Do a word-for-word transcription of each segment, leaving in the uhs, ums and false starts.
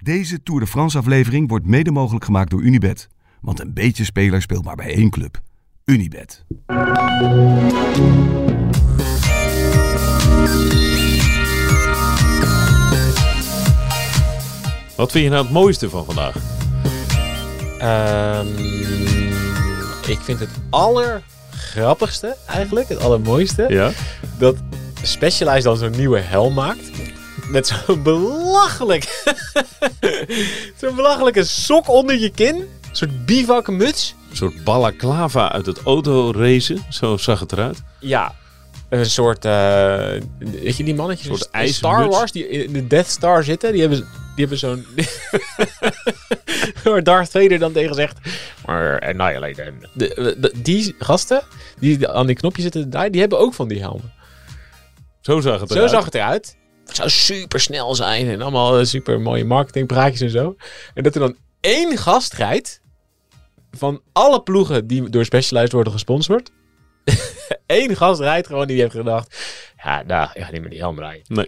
Deze Tour de France aflevering wordt mede mogelijk gemaakt door Unibet. Want een beetje speler speelt maar bij één club. Unibet. Wat vind je nou het mooiste van vandaag? Um, ik vind het allergrappigste eigenlijk, het allermooiste, Ja? dat Specialized dan zo'n nieuwe helm maakt. Met zo'n belachelijk, zo'n belachelijke sok onder je kin. Een soort bivakmuts. Een soort balaclava uit het autoracen. Zo zag het eruit. Ja, een soort, uh, weet je die mannetjes Een soort in Star ijsmuts. Wars die in de Death Star zitten, die hebben, die hebben zo'n, waar Darth Vader dan tegen zegt, maar annihilate them. De, de, die gasten, die aan die knopjes zitten te draaien, die hebben ook van die helmen. Zo zag het Zo eruit. zag het eruit. Het zou super snel zijn en allemaal super mooie marketingpraatjes en zo. En dat er dan één gast rijdt van alle ploegen die door Specialized worden gesponsord. Eén gast rijdt gewoon die heeft gedacht, ja, nou, ik ga niet meer die helm rijden. Nee.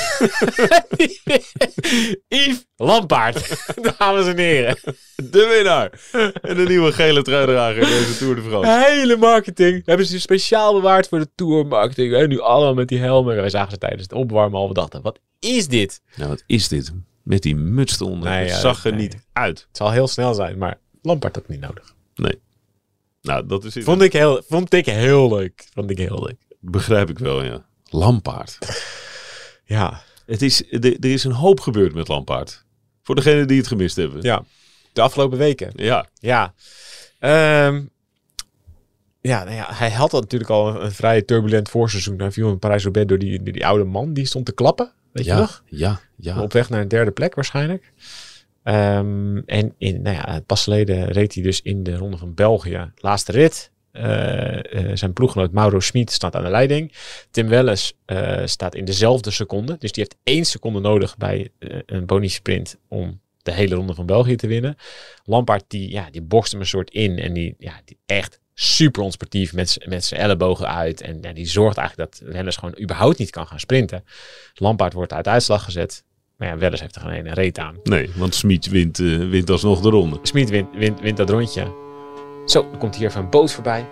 Yves Lampaert, dames en heren. De winnaar. En de nieuwe gele truidrager in deze Tour de France. Hele marketing hebben ze speciaal bewaard voor de Tour marketing. En nu allemaal met die helmen. Wij zagen ze tijdens het opwarmen al. We dachten, wat is dit? Nou, wat is dit? Met die muts eronder. Nee, Het ja, zag er nee. niet uit. Het zal heel snel zijn, maar Lampaert had niet nodig. Nee. Nou, dat is het. Vond ik heel, vond ik heel leuk. Vond ik heel leuk. Begrijp ik wel, ja. Lampaard. Ja. Het is, er, er is een hoop gebeurd met Lampaard. Voor degenen die het gemist hebben. Ja. De afgelopen weken. Ja. Ja. Um, ja, nou ja, hij had al natuurlijk al een, een vrij turbulent voorseizoen. Hij viel in Parijs-Roubaix door die, die, die oude man. Die stond te klappen. Weet ja, je nog? Ja, ja. Op weg naar een derde plek waarschijnlijk. Um, en in, nou ja, pas geleden reed hij dus in de Ronde van België. Laatste rit. Uh, uh, zijn ploeggenoot Mauro Schmid staat aan de leiding. Tim Welles uh, staat in dezelfde seconde. Dus die heeft één seconde nodig bij uh, een boni-sprint om de hele Ronde van België te winnen. Lampaert die, ja, die bokst hem een soort in. En die, ja, die echt super onsportief met, met zijn ellebogen uit. En ja, die zorgt eigenlijk dat Welles gewoon überhaupt niet kan gaan sprinten. Lampaert wordt uit uitslag gezet. Maar ja, Welles heeft er geen ene reet aan. Nee, want Schmid wint, uh, wint alsnog de ronde. Schmid wint, wint, wint dat rondje. Zo, dan komt hier even een boot voorbij.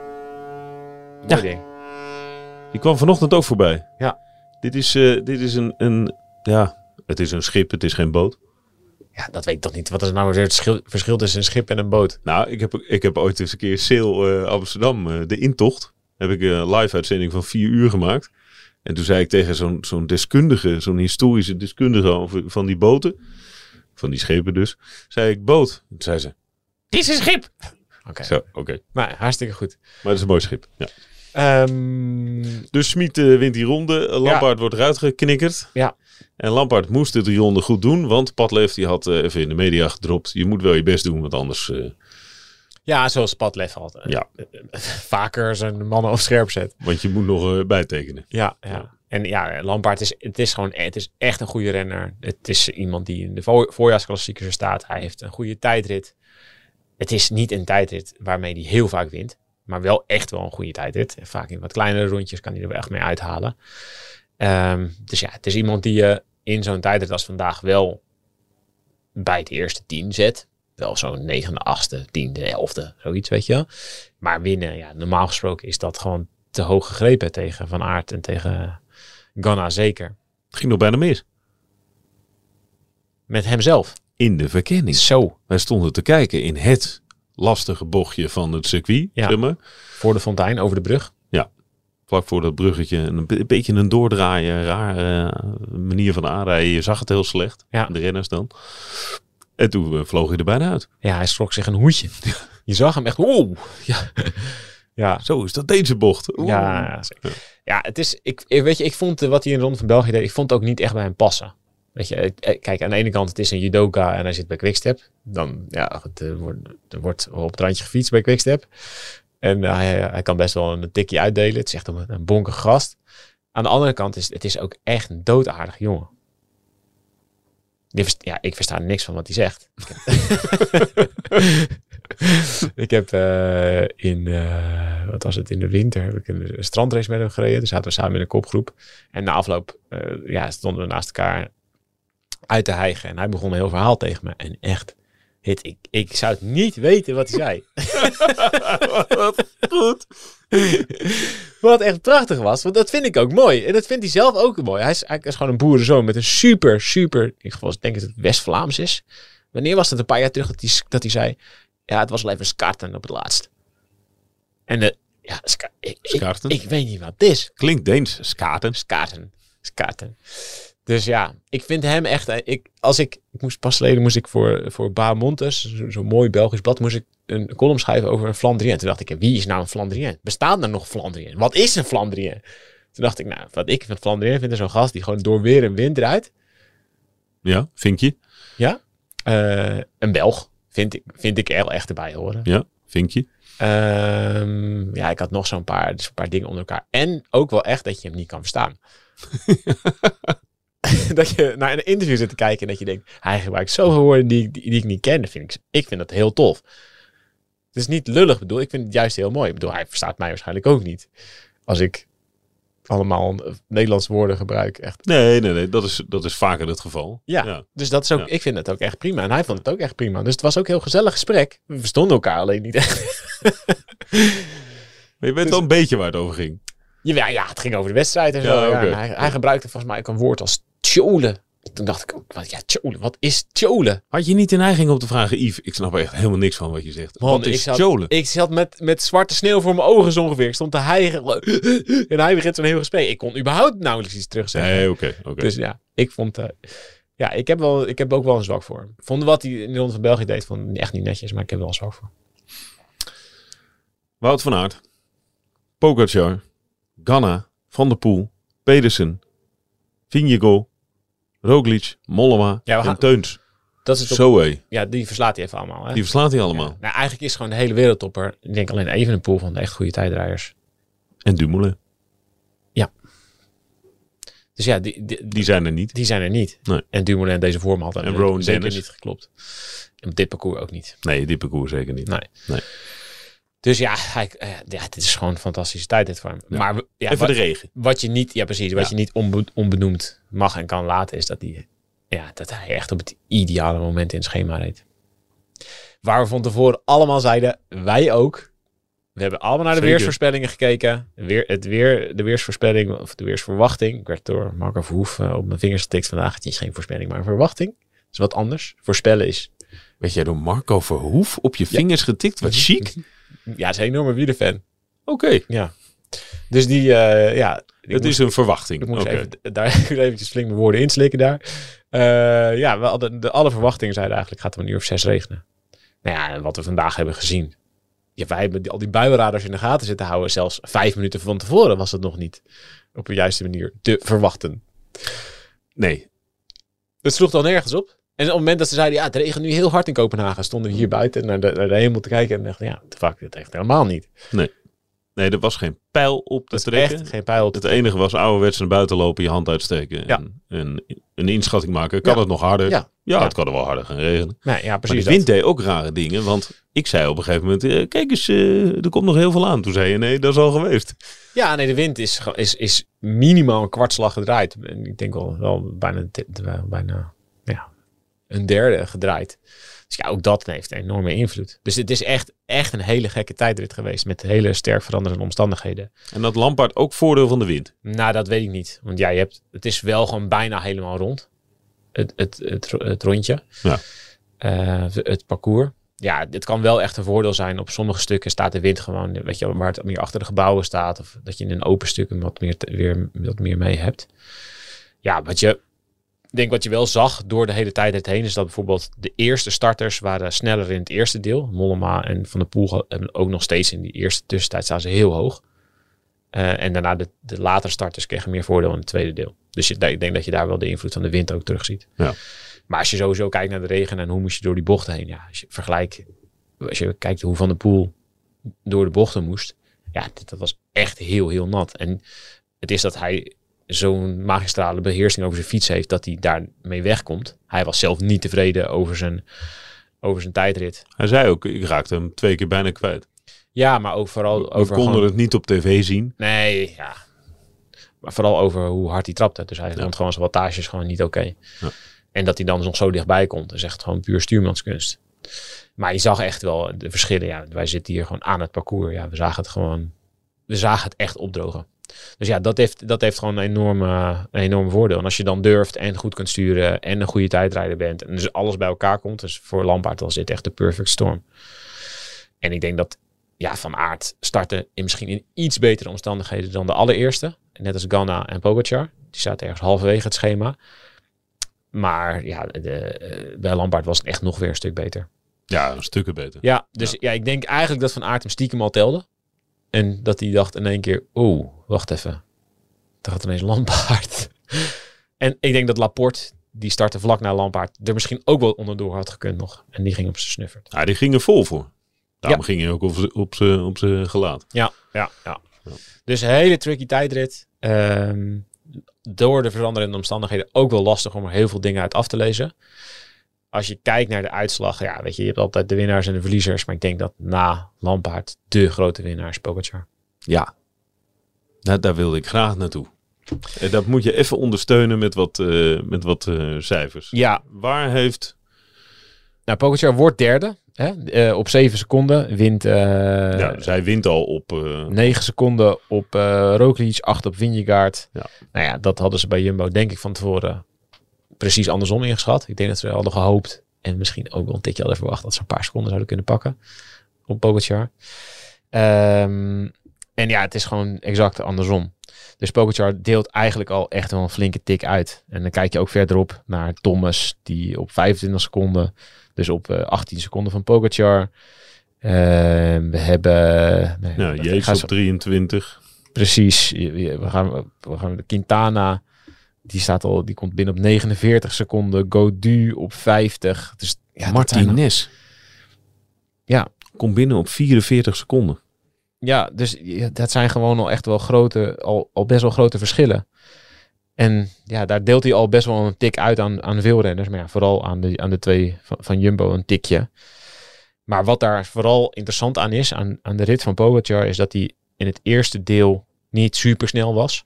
Mooi Ja. ding. Die kwam vanochtend ook voorbij. Ja. Dit is, uh, dit is een, een... Ja, het is een schip, het is geen boot. Ja, dat weet ik toch niet. Wat is nou weer het schil- verschil tussen een schip en een boot? Nou, ik heb, ik heb ooit eens een keer Sail uh, Amsterdam, uh, de intocht. Heb ik een live uitzending van vier uur gemaakt. En toen zei ik tegen zo'n, zo'n deskundige, zo'n historische deskundige over, van die boten. Van die schepen dus. Zei ik, boot. En toen zei ze, Dit is een schip! Oké. okay. Zo, oké. Okay. Nou, hartstikke goed. Maar het is een mooi schip, ja. Um, Dus Schmid uh, wint die ronde. Lampaert ja. wordt eruit geknikkerd. Ja. En Lampaert moest het die ronde goed doen. Want Padlef die had uh, even in de media gedropt. Je moet wel je best doen, want anders... Uh... Ja, zoals Padlef altijd. Ja. Vaker zijn mannen op scherp zet. Want je moet nog uh, bijtekenen. Ja, ja. ja. En ja, Lampaert is, het is gewoon, het is echt een goede renner. Het is iemand die in de vo- voorjaarsklassiekers staat. Hij heeft een goede tijdrit. Het is niet een tijdrit waarmee hij heel vaak wint. Maar wel echt wel een goede tijdrit. En vaak in wat kleinere rondjes kan hij er wel echt mee uithalen. Um, dus ja, het is iemand die je in zo'n tijdrit als vandaag wel bij het eerste tien zet. Wel zo'n negende, achtste, tiende, elfde, zoiets, weet je wel. Maar winnen, ja, normaal gesproken is dat gewoon te hoog gegrepen tegen Van Aert en tegen Ganna zeker. Het ging nog bijna mis. Met hemzelf. In de verkenning. Zo. Wij stonden te kijken in het lastige bochtje van het circuit. Ja. Zeg maar. Voor de fontein, over de brug. Ja. Vlak voor dat bruggetje. Een, be- een beetje een doordraaien. Rare uh, manier van aanrijden. Je zag het heel slecht. Ja. De renners dan. En toen uh, vloog hij er bijna uit. Ja, hij schrok zich een hoedje. Je zag hem echt. Wow. Ja. Ja. Zo is dat deze bocht. Oeh. Ja, ja, het is. Ik, weet je, ik vond wat hij in de Ronde van België deed. Ik vond het ook niet echt bij hem passen. Weet je, kijk, aan de ene kant het is een judoka en hij zit bij Quickstep. Dan ja, het, er, wordt, er wordt op het randje gefietst bij Quickstep. En uh, hij, hij kan best wel een tikje uitdelen. Het is echt een, een bonkige gast. Aan de andere kant is het is ook echt een doodaardige jongen. Versta, ja, ik versta niks van wat hij zegt. Ik heb uh, in, uh, wat was het, in de winter heb ik een, een strandrace met hem gereden. Dus zaten we samen in een kopgroep. En na afloop uh, ja, stonden we naast elkaar. uit te hijgen. En hij begon een heel verhaal tegen me. En echt, het, ik, ik zou het niet weten wat hij zei. Wat goed. Wat echt prachtig was. Want dat vind ik ook mooi. En dat vindt hij zelf ook mooi. Hij is, hij is gewoon een boerenzoon met een super, super... In ieder geval, ik denk dat het West-Vlaams is. Wanneer was het? Een paar jaar terug dat hij, dat hij zei... Ja, het was wel even skarten op het laatst. En de... Ja, ska, ik, Skarten? Ik, ik weet niet wat het is. Klinkt Deens. Skaten. Skarten. Skarten. Dus ja, ik vind hem echt... Ik, als ik, ik moest pas geleden moest ik voor, voor Bas Montes, zo'n zo mooi Belgisch blad, moest ik een column schrijven over een Flandrien. Toen dacht ik, wie is nou een Flandrien? Bestaan er nog Flandrien? Wat is een Flandrien? Toen dacht ik, nou, wat ik van Flandrien vind is zo'n gast die gewoon door weer en wind eruit. Ja, vinkje. Ja. Uh, een Belg vind ik, vind ik er echt erbij horen. Ja, vinkje. Um, ja, ik had nog zo'n paar, zo'n paar dingen onder elkaar. En ook wel echt dat je hem niet kan verstaan. Dat je naar een interview zit te kijken en dat je denkt, hij gebruikt zoveel woorden die, die, die ik niet ken. Vind ik, ik vind dat heel tof. Het is niet lullig bedoel, ik vind het juist heel mooi. Ik bedoel, hij verstaat mij waarschijnlijk ook niet. Als ik allemaal Nederlandse woorden gebruik. Echt. Nee, nee, nee, dat is, dat is vaker het geval. Ja, ja. Dus dat is ook, ja. Ik vind het ook echt prima. En hij vond het ook echt prima. Dus het was ook een heel gezellig gesprek. We verstonden elkaar alleen niet echt. Maar je weet dus wel een beetje waar het over ging. Ja, ja, het ging over de wedstrijd en zo. Ja, okay. Ja, en hij, hij gebruikte volgens mij ook een woord als tjolen. Toen dacht ik ook, wat, ja, tjolen, wat is tjolen? Had je niet de neiging om te vragen, Yves, ik snap er echt helemaal niks van wat je zegt. Man, wat is ik zat, tjolen? Ik zat met, met zwarte sneeuw voor mijn ogen zo ongeveer. Ik stond te hijgen. En hij begint zo'n heel gesprek. Ik kon überhaupt nauwelijks iets terugzeggen. Nee, oké. Okay, okay. Dus ja, ik vond... Uh, ja, ik heb, wel, ik heb ook wel een zwak voor hem. Vond wat hij in de Ronde van België deed, vond echt niet netjes. Maar ik heb wel een zwak voor. Wout van Aert. Pogacar. Ganna. Van der Poel. Pedersen. Vingegaard. Roglic, Mollema ja, en gaan, Teuns. Dat is Zo hé. Ja, die verslaat hij even allemaal. Hè? Die verslaat hij allemaal. Ja. Nou, eigenlijk is gewoon de hele wereldtopper. Ik denk alleen even een pool van de echt goede tijdrijders. En Dumoulin. Ja. Dus ja, die, die, die zijn er niet. Die zijn er niet. Nee. En Dumoulin en deze vorm had en Rowan zeker Dennis. niet geklopt. En op dit parcours ook niet. Nee, dit parcours zeker niet. Nee. nee. Dus ja, hij, uh, ja, dit is gewoon een fantastische tijd dit voor hem. Ja. Maar ja, even wat, de regen. Wat je niet, ja precies, wat ja. je niet onbe, onbenoemd mag en kan laten, is dat hij, ja, dat hij echt op het ideale moment in het schema reed. Waar we van tevoren allemaal zeiden, wij ook. We hebben allemaal naar de Zeker. weersvoorspellingen gekeken. Weer, het weer, de weersvoorspelling, of de weersverwachting. Ik werd door Marco Verhoef uh, op mijn vingers getikt vandaag. Het is geen voorspelling, maar een verwachting. Dat is wat anders. Voorspellen is... Weet jij door Marco Verhoef op je ja. vingers getikt? Wat chic. Ja, is een enorme wielerfan. Oké. Okay. Ja. Dus die, uh, ja... Het moest, is een verwachting. Ik moest okay. even, daar eventjes flink mijn woorden inslikken daar. Uh, ja, we hadden, de, alle verwachtingen zeiden eigenlijk, gaat het om een uur of zes regenen. Nou ja, wat we vandaag hebben gezien. Ja, wij hebben die, al die buienradars in de gaten zitten houden. Zelfs vijf minuten van tevoren was het nog niet op de juiste manier te verwachten. Nee. Het sloeg dan nergens op. En op het moment dat ze zeiden, ja, het regent nu heel hard in Kopenhagen, stonden we hier buiten naar de, naar de hemel te kijken en dachten, ja, de fuck, dat echt helemaal niet. Nee. Nee, er was geen pijl op te trekken. Echt geen pijl op te Het enige was ouderwets naar buiten lopen, je hand uitsteken. Ja. En, en een inschatting maken. Kan ja. het nog harder? Ja. Ja, ja, het kan er wel harder gaan regenen. Nee, ja, precies. Maar de wind deed ook rare dingen. Want ik zei op een gegeven moment, uh, kijk eens, uh, er komt nog heel veel aan. Toen zei je, nee, dat is al geweest. Ja, nee, de wind is, is, is minimaal een kwartslag gedraaid. En ik denk wel, wel bijna, bijna ja, een derde gedraaid. Dus ja, ook dat heeft een enorme invloed. Dus het is echt, echt een hele gekke tijdrit geweest. Met hele sterk veranderende omstandigheden. En dat Lampaard ook voordeel van de wind? Nou, dat weet ik niet. Want ja, je hebt, het is wel gewoon bijna helemaal rond. Het, het, het, het rondje. Ja. Uh, het parcours. Ja, dit kan wel echt een voordeel zijn. Op sommige stukken staat de wind gewoon, weet je, waar het meer achter de gebouwen staat. Of dat je in een open stuk wat meer, te, weer, wat meer mee hebt. Ja, wat je... Ik denk wat je wel zag door de hele tijd heen is dat bijvoorbeeld de eerste starters waren sneller in het eerste deel. Mollema en Van der Poel hebben ook nog steeds in die eerste tussentijd staan ze heel hoog. Uh, en daarna de, de latere starters kregen meer voordeel in het tweede deel. Dus je, ik denk dat je daar wel de invloed van de wind ook terug ziet. Ja. Maar als je sowieso kijkt naar de regen en hoe moest je door die bochten heen. Ja, als je vergelijkt, als je kijkt hoe Van der Poel door de bochten moest. Ja, dit, dat was echt heel, heel nat. En het is dat hij zo'n magistrale beheersing over zijn fiets heeft dat hij daarmee wegkomt. Hij was zelf niet tevreden over zijn, over zijn tijdrit. Hij zei ook, ik raakte hem twee keer bijna kwijt. Ja, maar ook vooral We over... We konden gewoon, het niet op tv zien. Nee, ja. Maar vooral over hoe hard hij trapte. Dus hij vond ja. gewoon zijn wattages gewoon niet oké. Okay. Ja. En dat hij dan nog zo dichtbij komt. Dat is echt gewoon puur stuurmanskunst. Maar je zag echt wel de verschillen. Ja, wij zitten hier gewoon aan het parcours. Ja, we zagen het gewoon... We zagen het echt opdrogen. Dus ja, dat heeft, dat heeft gewoon een enorme, een enorme voordeel. En als je dan durft en goed kunt sturen en een goede tijdrijder bent. En dus alles bij elkaar komt. Dus voor Lampaard was dit echt de perfect storm. En ik denk dat ja, Van Aert startte in misschien in iets betere omstandigheden dan de allereerste. Net als Ganna en Pogacar. Die zaten ergens halverwege het schema. Maar ja, de, uh, bij Lampaard was het echt nog weer een stuk beter. Ja, een stukken beter. Ja, dus ja. ja, ik denk eigenlijk dat Van Aert hem stiekem al telde. En dat hij dacht in één keer, oeh, wacht even. Daar gaat ineens Lampaard. En ik denk dat Laporte, die startte vlak na Lampaard, er misschien ook wel onderdoor had gekund nog. En die ging op zijn snuffert. Ja, die ging er vol voor. Daarom Ja. ging hij ook op zijn op zijn- op zijn gelaat. Ja, ja, ja. Dus een hele tricky tijdrit. Um, door de veranderende omstandigheden ook wel lastig om er heel veel dingen uit af te lezen. Als je kijkt naar de uitslag, ja, weet je, je hebt altijd de winnaars en de verliezers. Maar ik denk dat na Lampaard de grote winnaar is Pogacar. Ja. Nou, daar wilde ik graag naartoe. En dat moet je even ondersteunen met wat, uh, met wat uh, cijfers. Ja, Waar heeft... nou, Pogacar wordt derde. Hè? Uh, op zeven seconden. Wint uh, ja, zij wint al op... Uh, negen seconden op uh, Roglic, acht op Vingegaard. Ja. Nou ja, dat hadden ze bij Jumbo denk ik van tevoren precies andersom ingeschat. Ik denk dat ze hadden gehoopt en misschien ook wel een tikje hadden verwacht dat ze een paar seconden zouden kunnen pakken op Pogacar. Um, en ja, het is gewoon exact andersom. Dus Pogacar deelt eigenlijk al echt wel een flinke tik uit. En dan kijk je ook verderop naar Thomas, die op vijfentwintig seconden, dus op uh, achttien seconden van Pogacar. Uh, we hebben... Nee, ja, Yates op drieëntwintig. Precies. We gaan, we gaan de Quintana, die staat al, die komt binnen op negenenveertig seconden. Gaudu op vijftig. Dus ja, Martinez. Ja. Komt binnen op vierenveertig seconden. Ja, dus ja, dat zijn gewoon al echt wel grote, al, al best wel grote verschillen. En ja, daar deelt hij al best wel een tik uit aan, aan veel renners. Maar ja, vooral aan de, aan de twee van, van Jumbo een tikje. Maar wat daar vooral interessant aan is, aan, aan de rit van Pogacar, is dat hij in het eerste deel niet super snel was.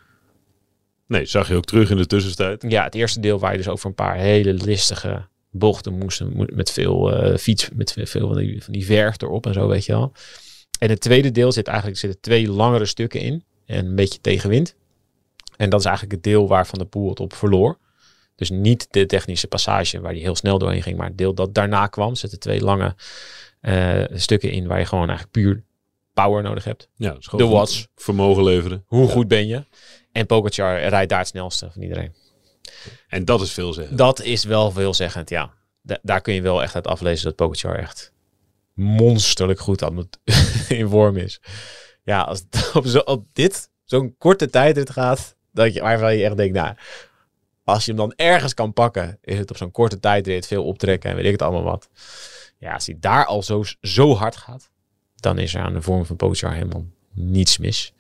Nee, zag je ook terug in de tussentijd. Ja, het eerste deel waar je dus over een paar hele listige bochten moesten, met veel uh, fiets, met veel van die, van die verf erop en zo, weet je wel. En het tweede deel zit eigenlijk zitten twee langere stukken in en een beetje tegenwind. En dat is eigenlijk het deel waar Van der Poel het op verloor. Dus niet de technische passage waar hij heel snel doorheen ging, maar het deel dat daarna kwam. Zitten twee lange uh, stukken in waar je gewoon eigenlijk puur power nodig hebt. Ja, de watts. Vermogen leveren. Hoe ja. goed ben je? En Pogacar rijdt daar het snelste van iedereen. En dat is veelzeggend. Dat is wel veelzeggend, ja. Da- daar kun je wel echt uit aflezen dat Pogacar echt monsterlijk goed aan het in vorm is. Ja, als het op, zo, op dit, zo'n korte tijdrit gaat, dat je, waarvan je echt denkt, nou, als je hem dan ergens kan pakken, is het op zo'n korte tijdrit veel optrekken en weet ik het allemaal wat. Ja, als hij daar al zo, zo hard gaat, dan is er aan de vorm van Pogacar helemaal niets mis.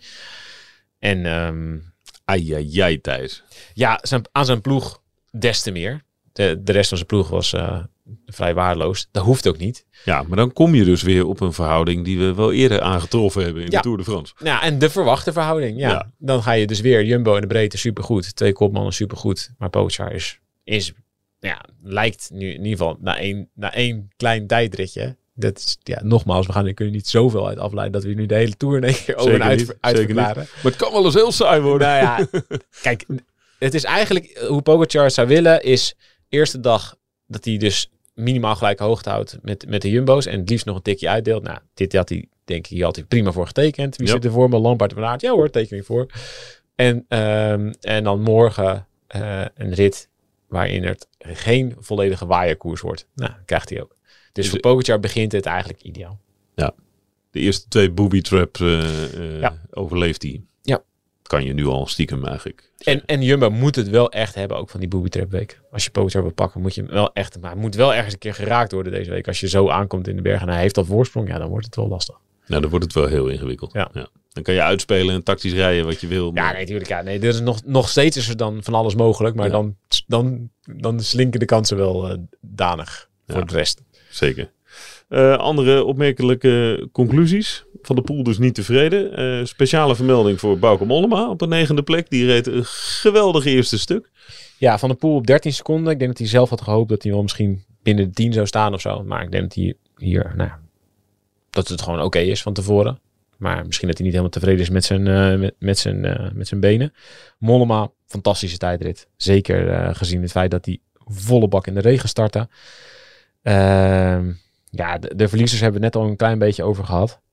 En um, ai, ai, ai, Thijs. Ja, zijn, aan zijn ploeg des te meer. De, de rest van zijn ploeg was uh, vrij waardeloos. Dat hoeft ook niet. Ja, maar dan kom je dus weer op een verhouding die we wel eerder aangetroffen hebben in ja. de Tour de France. Ja, en de verwachte verhouding. Ja. ja. Dan ga je dus weer Jumbo in de breedte supergoed. Twee kopmannen supergoed. Maar Pogacar is, is ja, lijkt nu in ieder geval na één, na één klein tijdritje. Dat is, ja, nogmaals, we gaan er kunnen niet zoveel uit afleiden dat we nu de hele Tour in één keer over en uit, uitverklaren. Maar het kan wel eens heel saai worden. Nou ja, kijk, het is eigenlijk hoe Pogacar zou willen is eerste dag dat hij dus minimaal gelijke hoogte houdt met, met de Jumbo's en het liefst nog een tikje uitdeelt. Nou, dit had hij, denk ik, hier had hij prima voor getekend. Wie yep. zit er voor me? Lampaard en Van Aert. Ja hoor, tekening voor. En, um, en dan morgen uh, een rit waarin het geen volledige waaierkoers wordt. Nou, krijgt hij ook. Dus voor Pogacar begint het eigenlijk ideaal. Ja, de eerste twee booby traps uh, uh, ja. overleeft hij. Ja. Kan je nu al stiekem eigenlijk. En, en Jumbo moet het wel echt hebben, ook van die booby trap week. Als je Pogacar wil pakken, moet je hem wel echt... Maar hij moet wel ergens een keer geraakt worden deze week. Als je zo aankomt in de bergen en hij heeft al voorsprong, ja, dan wordt het wel lastig. Nou, dan wordt het wel heel ingewikkeld. Ja. Ja. Dan kan je uitspelen en tactisch rijden wat je wil. Maar... Ja, nee, natuurlijk. Ja, nee, er is nog, nog steeds is er dan van alles mogelijk. Maar ja. dan, dan, dan slinken de kansen wel uh, danig voor ja. de rest. Zeker. Uh, andere opmerkelijke conclusies. Van der Poel dus niet tevreden. Uh, speciale vermelding voor Bauke Mollema op de negende plek. Die reed een geweldig eerste stuk. Ja, Van der Poel op dertien seconden. Ik denk dat hij zelf had gehoopt dat hij wel misschien binnen de tien zou staan of zo. Maar ik denk dat hij hier, nou, dat het gewoon oké okay is van tevoren. Maar misschien dat hij niet helemaal tevreden is met zijn, uh, met, met, zijn, uh, met zijn benen. Mollema, fantastische tijdrit. Zeker uh, gezien het feit dat hij volle bak in de regen startte. Uh, ja, de, de verliezers hebben we net al een klein beetje over gehad.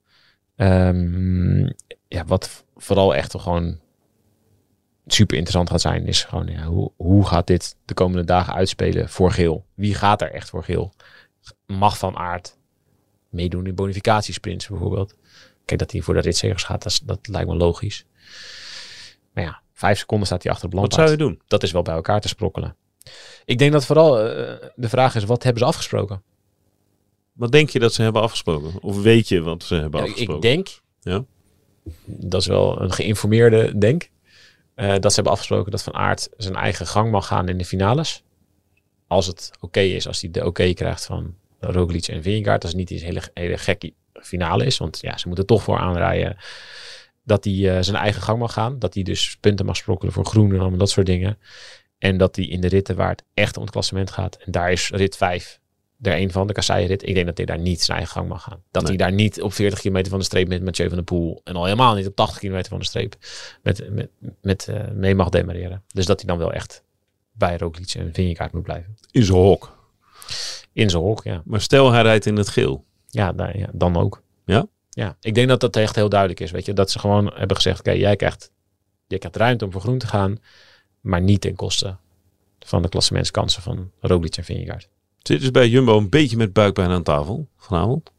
Um, ja, wat vooral echt gewoon super interessant gaat zijn, is gewoon ja, hoe, hoe gaat dit de komende dagen uitspelen voor geel? Wie gaat er echt voor geel? Mag Van Aert meedoen in bonificatiesprints bijvoorbeeld? Kijk, dat hij voor de ritzegers gaat, dat, dat lijkt me logisch. Maar ja, vijf seconden staat hij achter de Wat zou je doen? Dat is wel bij elkaar te sprokkelen. Ik denk dat vooral uh, de vraag is, wat hebben ze afgesproken? Wat denk je dat ze hebben afgesproken? Of weet je wat ze hebben ja, afgesproken? Ik denk, ja? dat is wel een geïnformeerde denk, uh, dat ze hebben afgesproken dat Van Aert zijn eigen gang mag gaan in de finales. Als het oké okay is, als hij de oké okay krijgt van Roglic en Vingegaard, als het niet een hele, hele gekke finale is, want ja, ze moeten toch voor aanrijden dat hij uh, zijn eigen gang mag gaan. Dat hij dus punten mag sprokkelen voor groen en allemaal dat soort dingen. En dat hij in de ritten waar het echt om het klassement gaat, en daar is rit vijf er een van, de Kassei-rit. Ik denk dat hij daar niet zijn eigen gang mag gaan. Dat nee. hij daar niet op veertig kilometer van de streep met Mathieu van der Poel en al helemaal niet op tachtig kilometer van de streep met, met, met uh, mee mag demareren. Dus dat hij dan wel echt bij Roglic en Vingegaard moet blijven. In zijn hok. In zijn hok, ja. Maar stel hij rijdt in het geel. Ja, daar, ja dan ook. Ja? Ja, ik denk dat dat echt heel duidelijk is. Weet je, dat ze gewoon hebben gezegd, oké, okay, jij krijgt, jij krijgt ruimte om voor groen te gaan, maar niet ten koste van de klassementskansen van Roglic en Vingegaard. Zit dus bij Jumbo een beetje met buikpijn aan tafel vanavond?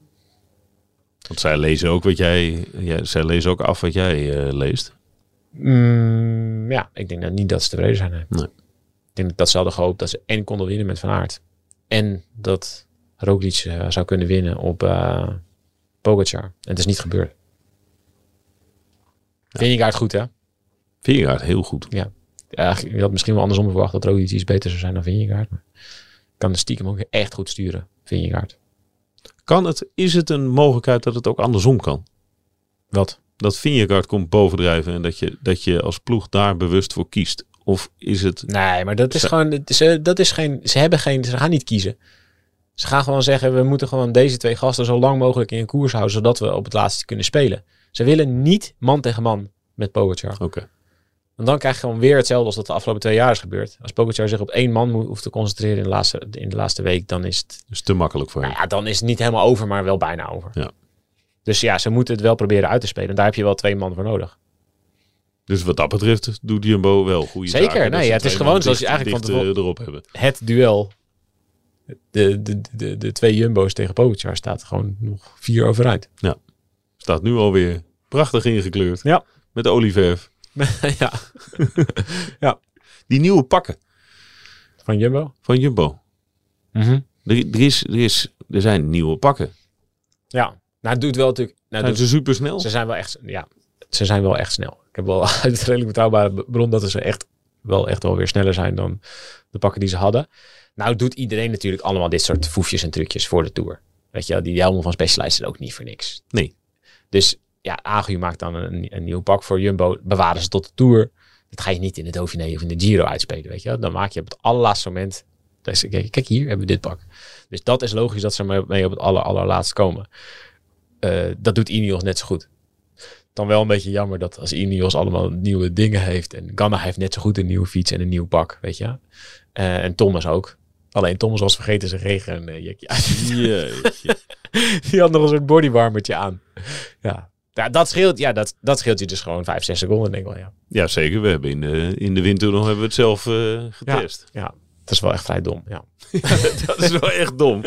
Want zij lezen ook wat jij, ja, zij lezen ook af wat jij uh, leest. Mm, ja, ik denk dat niet dat ze tevreden zijn. Nee. Nee. Ik denk dat ze hadden gehoopt dat ze en konden winnen met Van Aert. En dat Roglic uh, zou kunnen winnen op uh, Pogacar. En het is niet gebeurd. Ja. Vingegaard goed, hè? Vingegaard heel goed. Ja. Ja, je had misschien wel andersom verwacht dat Roglic iets beter zou zijn dan Vingegaard. Maar kan de stiekem ook echt goed sturen, Vingegaard. Kan het, is het een mogelijkheid dat het ook andersom kan? Wat? Dat Vingegaard komt bovendrijven en dat je, dat je als ploeg daar bewust voor kiest? Of is het... Nee, maar dat is ze... gewoon... Ze, dat is geen, ze hebben geen... Ze gaan niet kiezen. Ze gaan gewoon zeggen, we moeten gewoon deze twee gasten zo lang mogelijk in een koers houden, zodat we op het laatste kunnen spelen. Ze willen niet man tegen man met Pogacar. Oké. Okay. Want dan krijg je gewoon weer hetzelfde als dat de afgelopen twee jaar is gebeurd. Als Pogacar zich op één man moet, hoeft te concentreren in de laatste, in de laatste week, dan is het... Dus te makkelijk voor hem. Nou ja, dan is het niet helemaal over, maar wel bijna over. Ja. Dus ja, ze moeten het wel proberen uit te spelen. En daar heb je wel twee man voor nodig. Dus wat dat betreft doet Jumbo wel goede Zeker, zaken. nee, ja, het is gewoon zoals je eigenlijk van tevoren erop hebben. Het duel. De, de, de, de twee Jumbo's tegen Pogacar staat gewoon nog vier overeind. Ja, staat nu alweer prachtig ingekleurd. Ja. Met olieverf. ja. ja. Die nieuwe pakken. Van Jumbo? Van Jumbo. Mm-hmm. Er, er, is, er, is, er zijn nieuwe pakken. Ja. Nou, het doet wel natuurlijk... Nou, zijn doet, ze super snel? Ze zijn wel echt... Ja, ze zijn wel echt snel. Ik heb wel uit een redelijk betrouwbare bron dat ze echt wel, echt wel weer sneller zijn dan de pakken die ze hadden. Nou doet iedereen natuurlijk allemaal dit soort foefjes en trucjes voor de Tour. Weet je, die helmen van Specialized is ook niet voor niks. Nee. Dus ja, Agu maakt dan een, een nieuw pak voor Jumbo. Bewaren ze tot de Tour. Dat ga je niet in de Dauphiné of in de Giro uitspelen, weet je. Dan maak je op het allerlaatste moment... Dus, kijk, kijk, hier hebben we dit pak. Dus dat is logisch dat ze mee op het aller, allerlaatst komen. Uh, dat doet Ineos net zo goed. Dan wel een beetje jammer dat als Ineos allemaal nieuwe dingen heeft... en Ganna heeft net zo goed een nieuwe fiets en een nieuw pak, weet je. Uh, en Thomas ook. Alleen Thomas was vergeten zijn regenjekje uit. Jeetje. Die had nog een soort bodywarmertje aan. Ja, ja dat, scheelt, ja dat, dat scheelt je dus gewoon vijf, zes seconden, denk ik wel, ja. Ja, zeker. We hebben in de, in de winter nog hebben we het zelf uh, getest. Ja, ja, dat is wel echt vrij dom, ja. Dat is wel echt dom.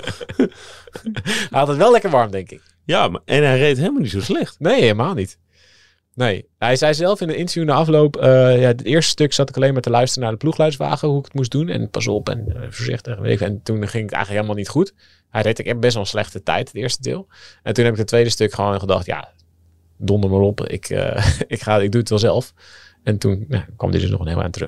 Hij had het wel lekker warm, denk ik. Ja, maar, en hij reed helemaal niet zo slecht. Nee, helemaal niet. Nee, hij zei zelf in een interview na afloop... Uh, ja, het eerste stuk zat ik alleen maar te luisteren naar de ploegleiderswagen... hoe ik het moest doen en pas op en uh, voorzichtig. Weet ik. En toen ging het eigenlijk helemaal niet goed. Hij reed ik best wel een slechte tijd, het eerste deel. En toen heb ik het tweede stuk gewoon gedacht... ja, donder maar op, ik, uh, ik, ga, ik doe het wel zelf. En toen nou, kwam dit dus nog een heel eind terug.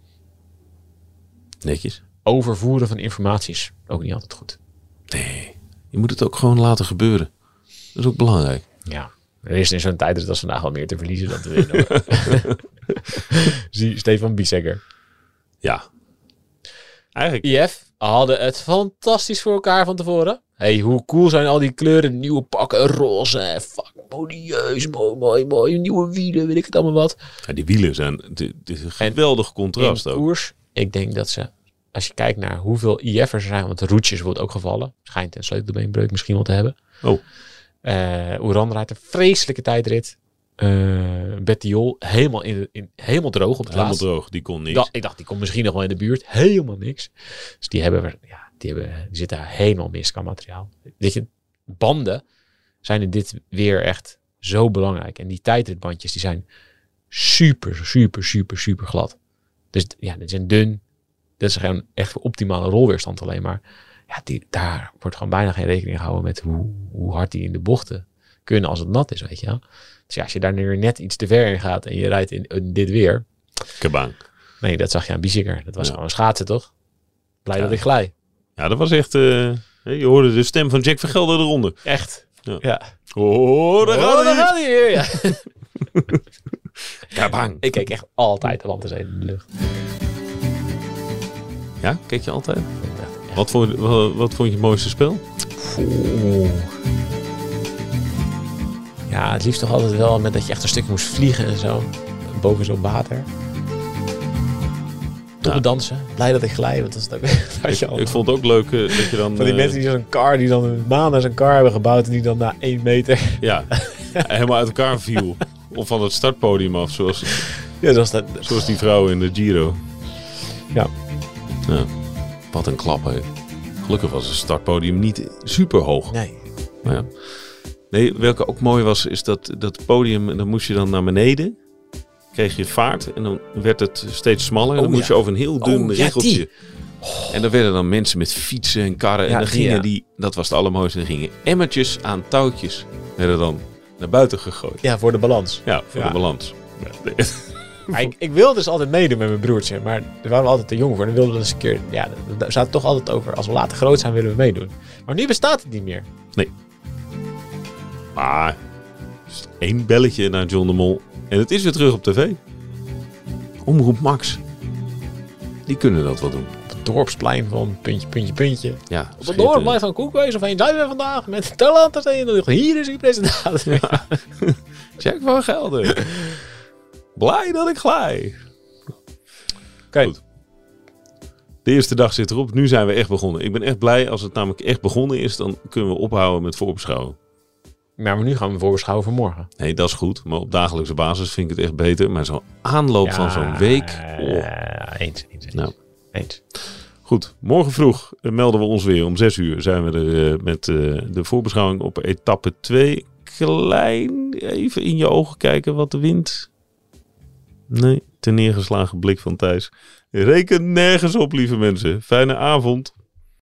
Netjes. Overvoeren van informaties, ook niet altijd goed. Nee. Je moet het ook gewoon laten gebeuren. Dat is ook belangrijk. Ja, er is in zo'n tijdrit als vandaag wel meer te verliezen dan te winnen. Zie Stefan Biesegger. Ja. Eigenlijk. I F hadden het fantastisch voor elkaar van tevoren. Hey, hoe cool zijn al die kleuren, nieuwe pakken, roze, fuck, modieus, mooi, mooi, mooi, nieuwe wielen, weet ik het allemaal wat. Ja, die wielen zijn, dit is een geweldig contrast in ook. Koers, ik denk dat ze, als je kijkt naar hoeveel I F'ers er zijn, want de Roetjes wordt ook gevallen, schijnt een sleutelbeenbreuk misschien wel te hebben. Oh. Uh, Oeran rijdt een vreselijke tijdrit. Uh, Bettiol helemaal, in, in, helemaal droog op het Helemaal laatst. droog, die kon niks. Da, ik dacht, die komt misschien nog wel in de buurt. Helemaal niks. Dus die hebben, ja, die hebben, die zitten helemaal mis qua materiaal. Weet je, banden zijn in dit weer echt zo belangrijk. En die tijdritbandjes, die zijn super, super, super, super glad. Dus ja, die zijn dun. Dat is gewoon echt voor optimale rolweerstand alleen maar. Ja, die, daar wordt gewoon bijna geen rekening gehouden met hoe, hoe hard die in de bochten kunnen als het nat is, weet je wel. Dus ja, als je daar nu net iets te ver in gaat en je rijdt in, in dit weer. Kabang. Nee, dat zag je aan Biesiger. Dat was Ja. gewoon schaatsen, toch? Blij Ja. dat ik glij. Ja, dat was echt... Uh, je hoorde de stem van Jack Vergelder eronder. Echt. Ja. ja. Oh, daar Oh, gaat daar hij. gaat hij weer. Ja. Kabang. Ik keek echt altijd de land te zijn in de lucht. Ja, keek je altijd? Echt, Wat vond, wat, wat vond je het mooiste spel? Oeh. Ja, het liefst toch altijd wel met dat je echt een stuk moest vliegen en zo. Boven zo'n water. Toch Ja. dansen. Blij dat ik glij, want dat is het ook. Dat je Ik, ik vond het ook leuk uh, dat je dan... van die uh, mensen die zo'n car, die dan een maan naar zijn car hebben gebouwd en die dan na één meter... Ja, helemaal uit elkaar viel. Of van het startpodium af, zoals, Ja, dat was dat. zoals die vrouw in de Giro. Ja. Ja. Wat een klap, hè. Gelukkig was het startpodium niet super hoog. Nee. Maar ja. Nee, welke ook mooi was, is dat dat podium, dan moest je dan naar beneden. Kreeg je vaart en dan werd het steeds smaller. En Oh, dan moest ja. je over een heel dun Oh, ja, riggeltje. die. En dan werden dan mensen met fietsen en karren. Ja, en dan die, gingen ja. die, dat was het allermooiste, dan gingen emmertjes aan touwtjes. Werden dan naar buiten gegooid. Ja, voor de balans. Ja, voor Ja. de balans. Maar ik, ik wilde dus altijd meedoen met mijn broertje, maar daar waren we altijd te jong voor. Dan wilden we dus een keer, ja, daar zaten toch altijd over. Als we later groot zijn, willen we meedoen. Maar nu bestaat het niet meer. Maar één belletje naar John de Mol en het is weer terug op tv. Omroep Max. Die kunnen dat wel doen. Op het dorpsplein van puntje, puntje, puntje. Ja, Op het schitterend. dorpsplein van Koekwees of heen zijn we vandaag met talenten zijn. Hier is uw presentatie. Ja. Jack van Gelder. Blij dat ik glij. Oké. Goed. De eerste dag zit erop. Nu zijn we echt begonnen. Ik ben echt blij als het namelijk echt begonnen is. Dan kunnen we ophouden met voorbeschouwen. Maar nu gaan we voorbeschouwen voor morgen. Nee, dat is goed. Maar op dagelijkse basis vind ik het echt beter. Maar zo'n aanloop van zo'n week. Oh. Uh, eens, eens, eens. Nou. eens. Goed, morgen vroeg uh, melden we ons weer. Om zes uur zijn we er uh, met uh, de voorbeschouwing op etappe twee. Klein even in je ogen kijken wat de wind. Nee, te neergeslagen blik van Thijs. Reken nergens op, lieve mensen. Fijne avond.